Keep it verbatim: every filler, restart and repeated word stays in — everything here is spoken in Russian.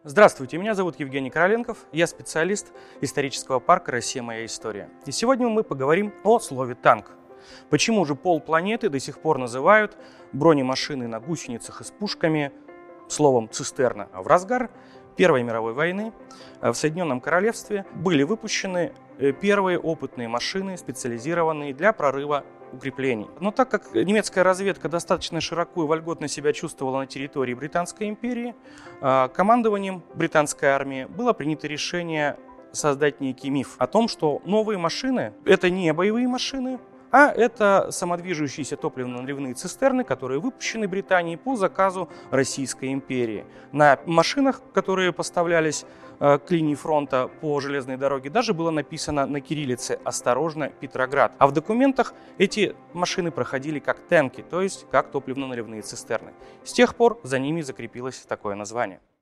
Здравствуйте, меня зовут Евгений Короленков, я специалист исторического парка «Россия. Моя история». И сегодня мы поговорим о слове «танк». Почему же полпланеты до сих пор называют бронемашины на гусеницах и с пушками словом «цистерна», а в разгар Первой мировой войны в Соединенном Королевстве были выпущены первые опытные машины, специализированные для прорыва укреплений. Но так как немецкая разведка достаточно широко и вольготно себя чувствовала на территории Британской империи, командованием британской армии было принято решение создать некий миф о том, что новые машины – это не боевые машины, а это самодвижущиеся топливно-наливные цистерны, которые выпущены Британией по заказу Российской империи. На машинах, которые поставлялись к линии фронта по железной дороге, даже было написано на кириллице «Осторожно, Петроград». А в документах эти машины проходили как танки, то есть как топливно-наливные цистерны. С тех пор за ними закрепилось такое название.